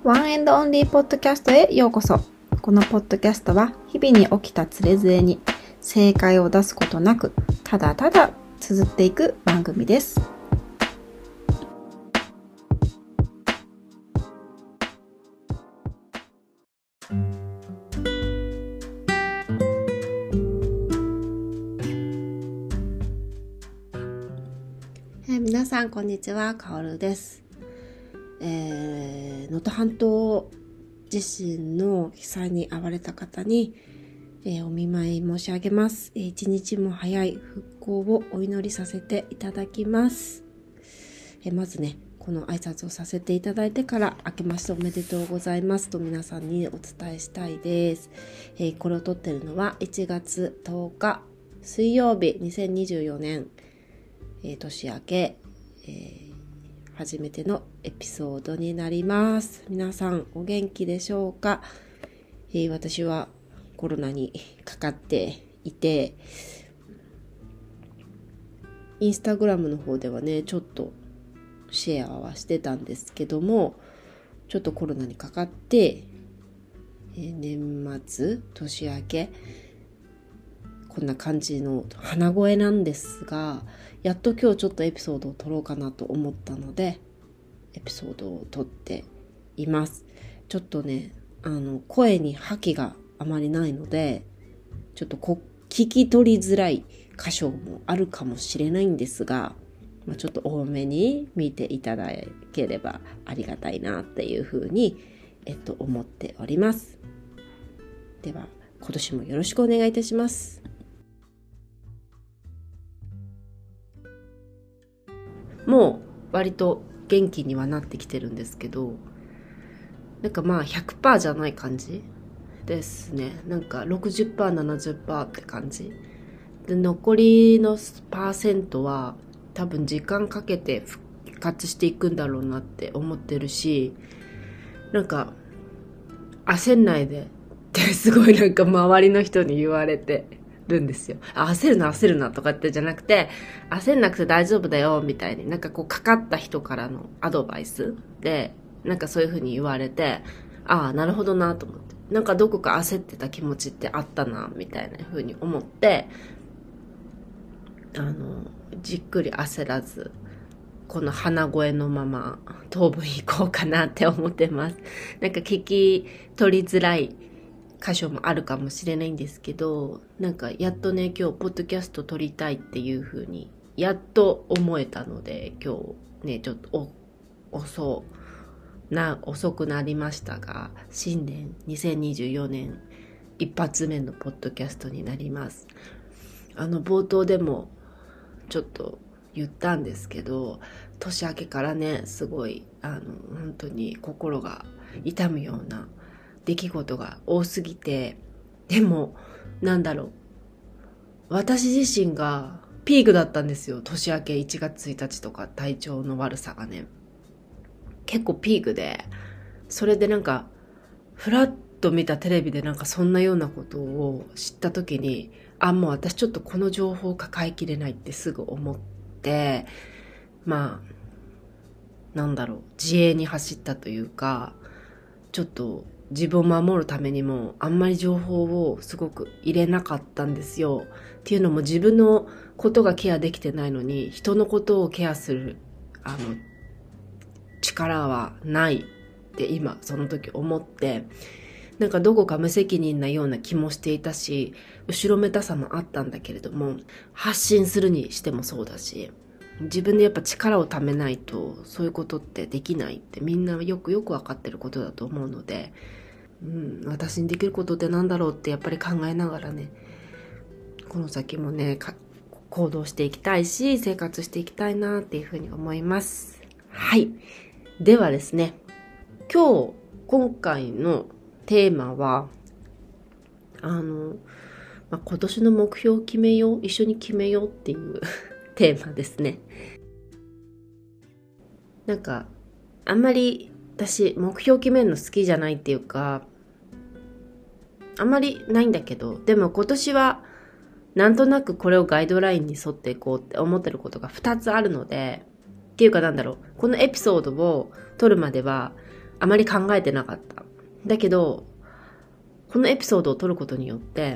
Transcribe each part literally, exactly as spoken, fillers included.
ワンエンドオンリーポッドキャストへようこそ。このポッドキャストは日々に起きたつれづれに正解を出すことなく、ただただ綴っていく番組です。えー、皆さんこんにちは、かおるです。えー、能登半島地震の被災に遭われた方に、えー、お見舞い申し上げます。えー、一日も早い復興をお祈りさせていただきます。えー、まずね、この挨拶をさせていただいてから、明けましておめでとうございますと皆さんにお伝えしたいです。えー、これを撮っているのはいちがつとおか水曜日、にせんにじゅうよねん、えー、年明け、えー初めてのエピソードになります。皆さんお元気でしょうか？えー、私はコロナにかかっていて、インスタグラムの方ではねちょっとシェアはしてたんですけども、ちょっとコロナにかかって、えー、年末年明けこんな感じの鼻声なんですが、やっと今日ちょっとエピソードを撮ろうかなと思ったのでエピソードを撮っています。ちょっとね、あの声に覇気があまりないのでちょっとこ聞き取りづらい箇所もあるかもしれないんですが、まあ、ちょっと多めに見ていただければありがたいなっていうふうに、えっと、思っております。では今年もよろしくお願いいたします。もう割と元気にはなってきてるんですけど、なんかまあ ひゃくパーセント じゃない感じですね。なんか ろくじゅっパーセント、ななじゅっパーセント って感じで、残りのパーセントは多分時間かけて復活していくんだろうなって思ってるし、なんか焦んないでってすごいなんか周りの人に言われてるんですよ。あ、焦るな焦るなとかってじゃなくて、焦んなくて大丈夫だよみたいに、なんかこうかかった人からのアドバイスでなんかそういう風に言われて、ああなるほどなと思って、なんかどこか焦ってた気持ちってあったなみたいな風に思って、あのじっくり焦らずこの鼻声のまま当分行こうかなって思ってます。なんか聞き取りづらい箇所もあるかもしれないんですけど、なんかやっとね今日ポッドキャスト撮りたいっていう風にやっと思えたので、今日ねちょっとお遅な遅くなりましたが、新年にせんにじゅうよねん一発目のポッドキャストになります。あの冒頭でもちょっと言ったんですけど、年明けからねすごいあの本当に心が痛むような出来事が多すぎて、でもなんだろう、私自身がピークだったんですよ。年明けいちがつついたちとか体調の悪さがね結構ピークで、それでなんかフラッと見たテレビでなんかそんなようなことを知った時に、あもう私ちょっとこの情報を抱えきれないってすぐ思って、まあなんだろう自衛に走ったというか、ちょっと自分を守るためにもあんまり情報をすごく入れなかったんですよ。っていうのも自分のことがケアできてないのに人のことをケアするあの力はないって今その時思って、なんかどこか無責任なような気もしていたし、後ろめたさもあったんだけれども、発信するにしてもそうだし、自分でやっぱ力をためないとそういうことってできないってみんなよくよく分かってることだと思うので、うん、私にできることってなんだろうってやっぱり考えながらね、この先もね行動していきたいし生活していきたいなっていうふうに思います。はい、ではですね、今日今回のテーマはあの、まあ、今年の目標を決めよう、一緒に決めようっていうテーマですね。なんかあんまり私目標決めるの好きじゃないっていうか、あんまりないんだけど、でも今年はなんとなくこれをガイドラインに沿っていこうって思ってることがふたつあるので、っていうかなんだろう、このエピソードを撮るまではあまり考えてなかった。だけど、このエピソードを撮ることによって、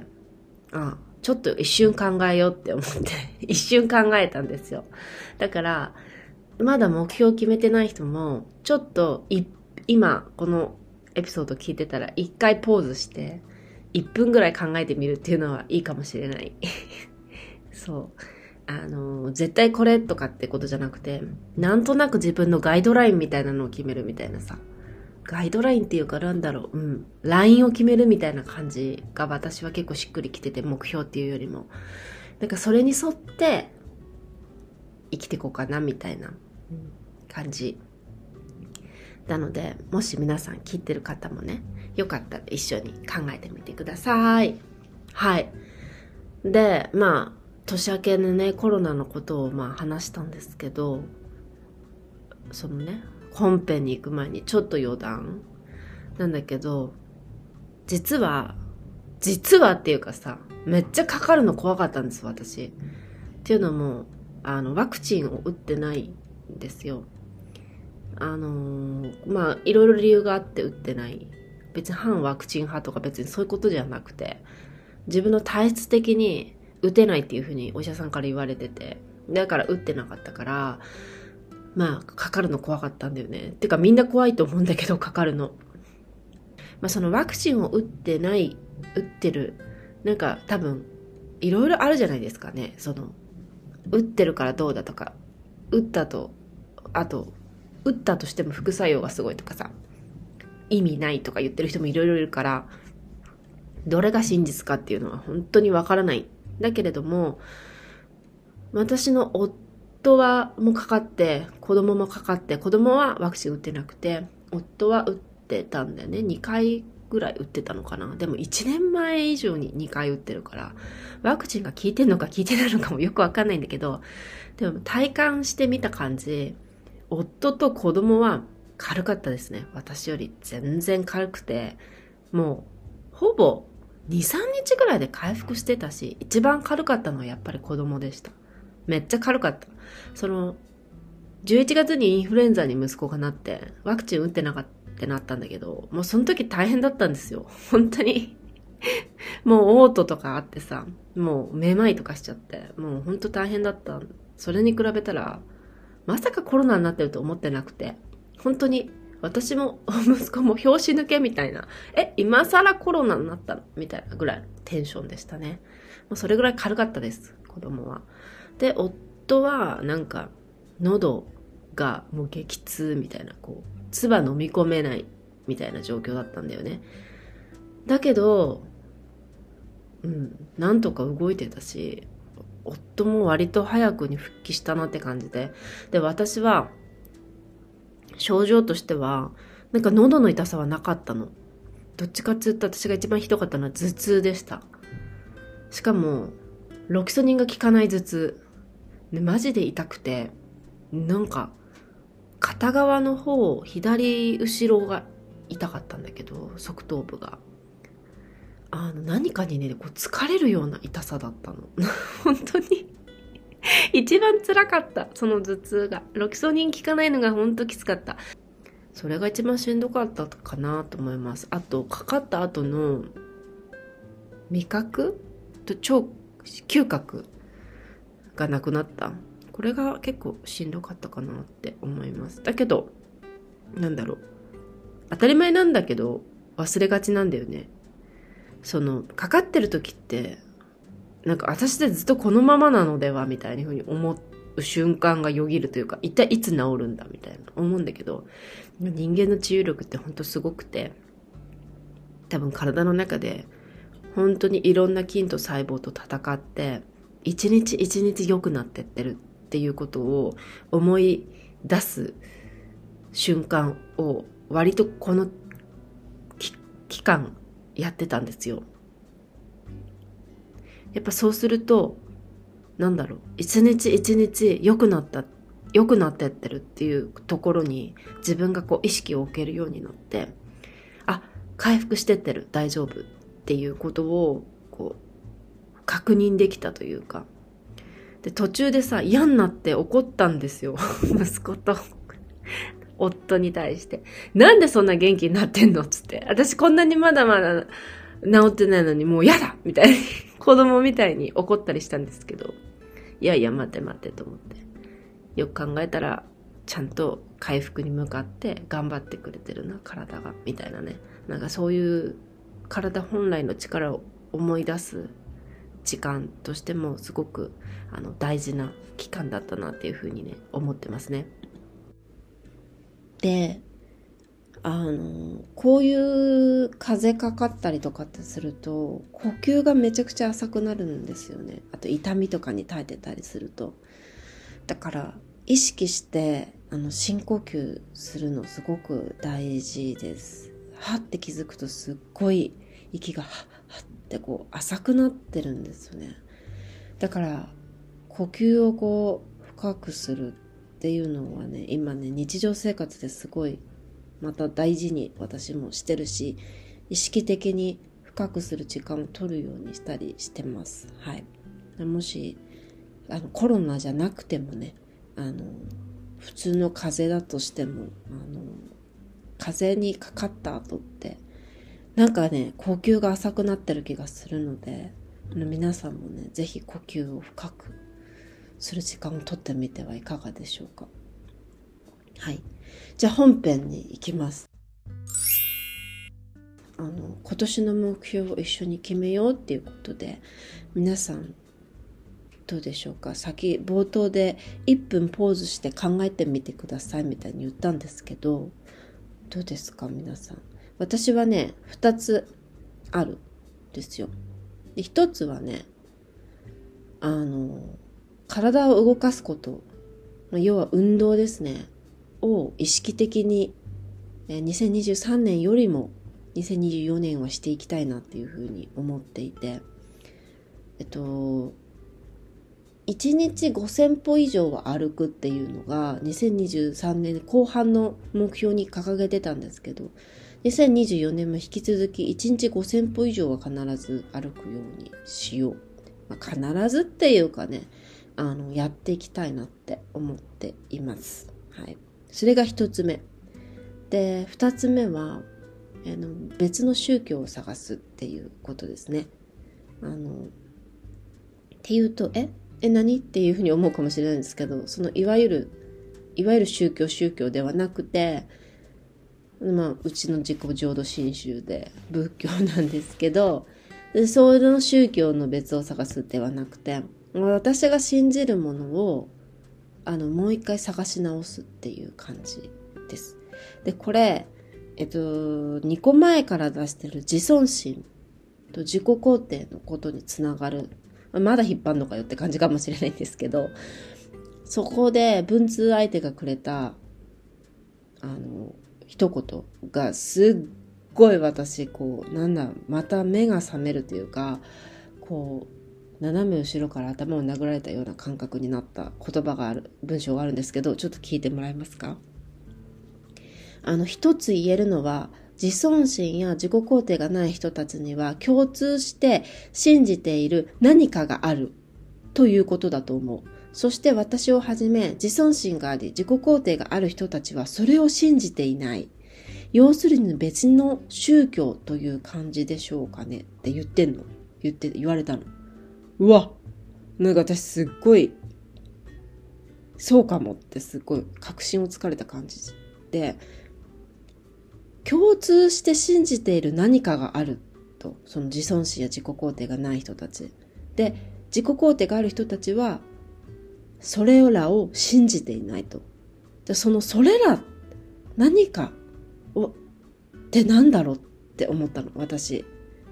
あ、ちょっと一瞬考えようって思って、一瞬考えたんですよ。だから、まだ目標を決めてない人も、ちょっとい、今、このエピソード聞いてたら、一回ポーズして、いっぷんぐらい考えてみるっていうのはいいかもしれない。そう。あの、絶対これとかってことじゃなくて、なんとなく自分のガイドラインみたいなのを決めるみたいなさ。ガイドラインっていうかなんだろう、うん。ラインを決めるみたいな感じが私は結構しっくりきてて、目標っていうよりも。なんかそれに沿って生きていこうかなみたいな感じ。なので、もし皆さん聞いてる方もね、よかったら一緒に考えてみてください。はい。で、まあ、年明けのね、コロナのことをまあ話したんですけど、そのね、本編に行く前にちょっと余談なんだけど、実は、実はっていうかさ、めっちゃかかるの怖かったんです、私。っていうのも、あの、ワクチンを打ってないんですよ。あのー、まあ、いろいろ理由があって打ってない。別に反ワクチン派とか別にそういうことじゃなくて、自分の体質的に打てないっていうふうにお医者さんから言われてて、だから打ってなかったから、まあ、かかるの怖かったんだよね。てかみんな怖いと思うんだけど、かかるの。まあ、そのワクチンを打ってない、打ってる、なんか多分、いろいろあるじゃないですかね。その、打ってるからどうだとか、打ったと、あと、打ったとしても副作用がすごいとかさ、意味ないとか言ってる人もいろいろいるから、どれが真実かっていうのは本当にわからない。だけれども、私の夫はもうかかって、子供もかかって、子供はワクチン打ってなくて、夫は打ってたんだよね。にかいぐらい打ってたのかな。でもいちねんまえ以上ににかい打ってるから、ワクチンが効いてんのか効いてないのかもよくわかんないんだけど、でも体感してみた感じ、夫と子供は軽かったですね。私より全然軽くて、もうほぼに、さんにちぐらいで回復してたし、一番軽かったのはやっぱり子供でした。めっちゃ軽かった。その、じゅういちがつにインフルエンザに息子がなって、ワクチン打ってなかったってなったんだけど、もうその時大変だったんですよ。本当に。もう嘔吐とかあってさ、もうめまいとかしちゃって、もう本当大変だった。それに比べたら、まさかコロナになってると思ってなくて、本当に私も息子も拍子抜けみたいな、え、今更コロナになったのみたいなぐらいのテンションでしたね。もうそれぐらい軽かったです、子供は。で、夫はなんか喉がもう激痛みたいな、こう、唾飲み込めないみたいな状況だったんだよね。だけど、うん、なんとか動いてたし、夫も割と早くに復帰したなって感じで。で、私は、症状としては、なんか喉の痛さはなかったの。どっちかって言うと私が一番ひどかったのは頭痛でした。しかも、ロキソニンが効かない頭痛。で、マジで痛くて、なんか、片側の方、左後ろが痛かったんだけど、側頭部が。あの、何かにね、こう疲れるような痛さだったの。本当に。一番辛かった、その頭痛が。ロキソニン効かないのが本当きつかった。それが一番しんどかったかなと思います。あと、かかった後の味覚と聴嗅覚がなくなった。これが結構しんどかったかなって思います。だけど、なんだろう。当たり前なんだけど、忘れがちなんだよね。その、かかってる時って、なんか私でずっとこのままなのではみたいな風に思う瞬間がよぎるというか、一体いつ治るんだみたいな思うんだけど、人間の治癒力って本当すごくて、多分体の中で本当にいろんな菌と細胞と戦って、一日一日良くなってってるっていうことを思い出す瞬間を割とこの期間やってたんですよ。やっぱそうすると、なんだろう、一日一日良くなった、良くなってってるっていうところに自分がこう意識を置けるようになって、あ、回復してってる、大丈夫っていうことをこう確認できたというか。で、途中でさ、嫌になって怒ったんですよ。息子と。 夫に対して。なんでそんな元気になってんのつって。私こんなにまだまだ治ってないのにもうやだみたいに子供みたいに怒ったりしたんですけど。いやいや待って待ってと思って。よく考えたらちゃんと回復に向かって頑張ってくれてるな、体が。みたいなね。なんかそういう体本来の力を思い出す時間としてもすごくあの大事な期間だったなっていうふうにね思ってますね。で、あのこういう風邪かかったりとかってすると呼吸がめちゃくちゃ浅くなるんですよね。あと痛みとかに耐えてたりすると、だから意識してあの深呼吸するのすごく大事です。はって気づくとすっごい息がはっってこう浅くなってるんですよね。だから呼吸をこう深くするっていうのはね、今ね日常生活ですごいまた大事に私もしてるし、意識的に深くする時間を取るようにしたりしてます。はい。もしあのコロナじゃなくてもね、あの普通の風邪だとしても、あの風邪にかかった後ってなんかね呼吸が浅くなってる気がするので、あの皆さんもねぜひ呼吸を深くする時間を取ってみてはいかがでしょうか。はい、じゃあ本編に行きます。あの今年の目標を一緒に決めようっていうことで、皆さんどうでしょうか。先冒頭でいっぷんポーズして考えてみてくださいみたいに言ったんですけど、どうですか皆さん。私はねふたつあるんですよ。でひとつはね、あの体を動かすこと、要は運動ですねを意識的ににせんにじゅうさんねんよりもにせんにじゅうよねんはしていきたいなっていうふうに思っていて、えっといちにちごせんぽ以上は歩くっていうのがにせんにじゅうさんねんこう半の目標に掲げてたんですけど、にせんにじゅうよねんも引き続きいちにちごせんぽ以上は必ず歩くようにしよう。まあ、必ずっていうかね、あのやっていきたいなって思っています。はい。それが一つ目。で、二つ目はあの別の宗教を探すっていうことですね。あのっていうとええ何っていうふうに思うかもしれないんですけど、そのいわゆるいわゆる宗教宗教ではなくて、まあうちの自己浄土真宗で仏教なんですけど、そういう宗教の別を探すではなくて、私が信じるものをあのもう一回探し直すっていう感じです。でこれえっとにこまえから出してる自尊心と自己肯定のことにつながる。まだ引っ張んのかよって感じかもしれないんですけど、そこで文通相手がくれたあの一言がすっごい私こうなんだまた目が覚めるというか、こう斜め後ろから頭を殴られたような感覚になった言葉がある文章があるんですけど、ちょっと聞いてもらえますか。あの一つ言えるのは、自尊心や自己肯定がない人たちには共通して信じている何かがあるということだと思う。そして私をはじめ自尊心があり自己肯定がある人たちはそれを信じていない。要するに別の宗教という感じでしょうかねって言ってんの。言って、言われたの。うわ、なんか私すっごいそうかもってすっごい確信をつかれた感じで、共通して信じている何かがあると、その自尊心や自己肯定がない人たちで、自己肯定がある人たちはそれらを信じていないと。でそのそれら何かをってなんだろうって思ったの私。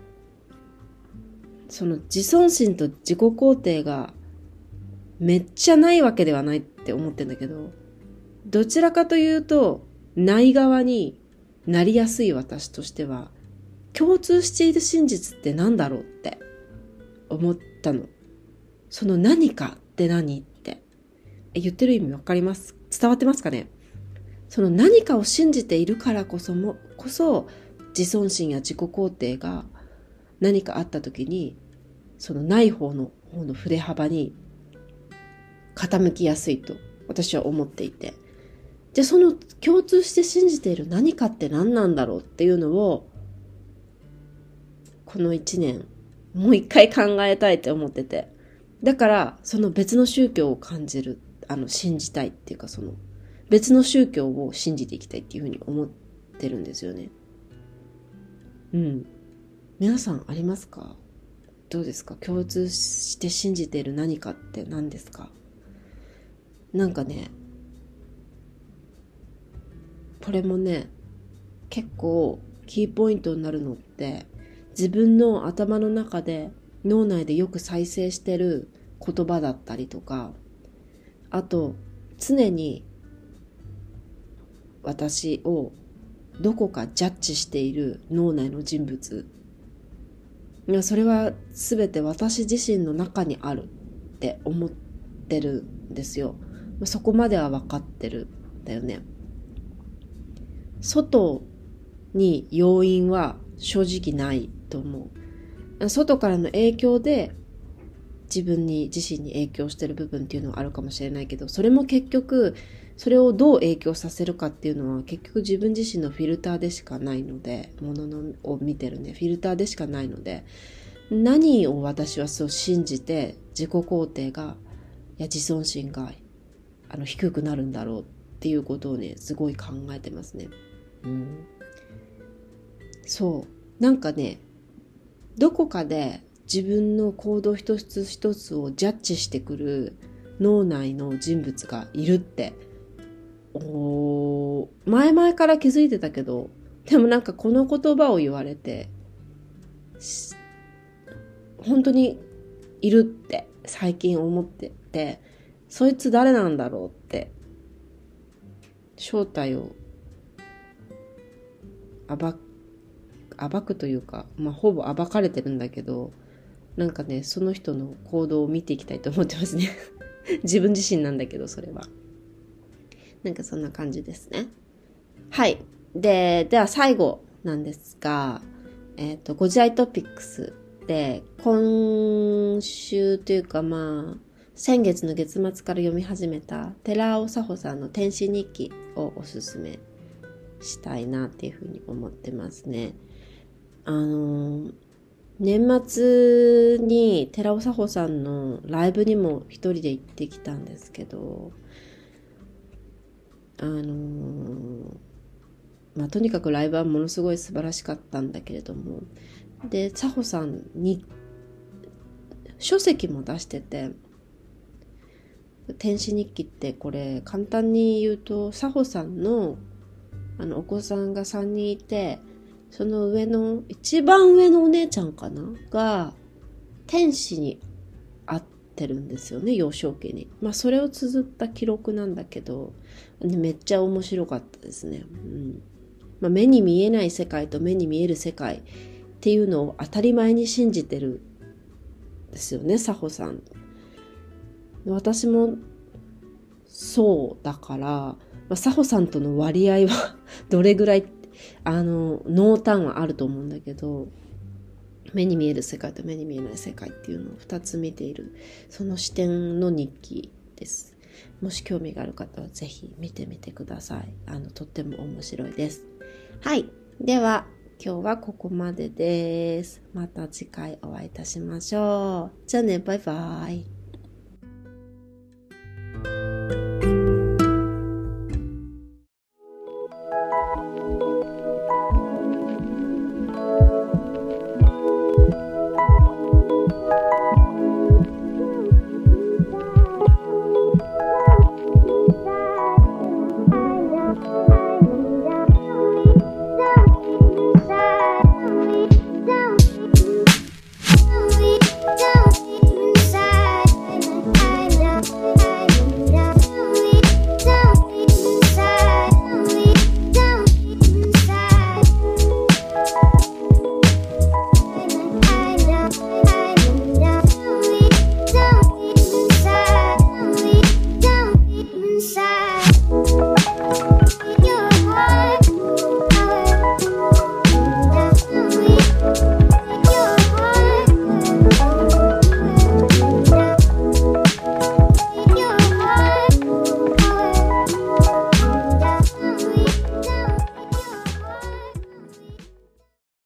その自尊心と自己肯定がめっちゃないわけではないって思ってんだけど、どちらかというとない側になりやすい私としては、共通している真実ってなんだろうって思ったの。その何かって何って言ってる意味わかります？伝わってますかね？その何かを信じているからこそもこそ自尊心や自己肯定が何かあった時にそのない方の方の振れ幅に傾きやすいと私は思っていて、 じゃあその共通して信じている何かって何なんだろうっていうのを、この一年、もう一回考えたいって思ってて。だから、その別の宗教を感じる、あの、信じたいっていうか、その、別の宗教を信じていきたいっていうふうに思ってるんですよね。うん。皆さんありますか？どうですか？共通して信じている何かって何ですか？なんかね、これもね、結構キーポイントになるのって、自分の頭の中で脳内でよく再生してる言葉だったりとか、あと常に私をどこかジャッジしている脳内の人物、いやそれは全て私自身の中にあるって思ってるんですよ。そこまでは分かってるんだよね。外に要因は正直ないと思う。外からの影響で自分に自身に影響してる部分っていうのはあるかもしれないけど、それも結局それをどう影響させるかっていうのは結局自分自身のフィルターでしかないので、もののを見てるね、フィルターでしかないので、何を私はそう信じて自己肯定がいや自尊心があの低くなるんだろうっていうことをね、すごい考えてますね。うん、そうなんかね、どこかで自分の行動一つ一つをジャッジしてくる脳内の人物がいるってお前々から気づいてたけど、でもなんかこの言葉を言われて本当にいるって最近思ってて、そいつ誰なんだろうって正体を暴暴くというか、まあ、ほぼ暴かれてるんだけど、なんかね、その人の行動を見ていきたいと思ってますね。自分自身なんだけど、それは。なんかそんな感じですね。はい。で、では最後なんですが、えっと、ご自愛トピックスで、今週というかまあ、先月の月末から読み始めた寺尾佐穂さんの天使日記をおすすめしたいなっていうふうに思ってますね。あのー、年末に寺尾佐穂さんのライブにも一人で行ってきたんですけど、あのー、まあとにかくライブはものすごい素晴らしかったんだけれども、で佐穂さんに書籍も出してて、天使日記ってこれ簡単に言うと、佐穂さんのあのお子さんがさんにんいて、その上の一番上のお姉ちゃんかなが天使に会ってるんですよね、幼少期に。まあそれを綴った記録なんだけど、めっちゃ面白かったですね。うんまあ、目に見えない世界と目に見える世界っていうのを当たり前に信じてるんですよね、佐穂さん。私もそうだから、まあ、佐穂さんとの割合はどれぐらいあの濃淡はあると思うんだけど、目に見える世界と目に見えない世界っていうのをふたつ見ている、その視点の日記です。もし興味がある方はぜひ見てみてください。あのとっても面白いです。はい、では今日はここまでです。また次回お会いいたしましょう。じゃあね、バイバイ。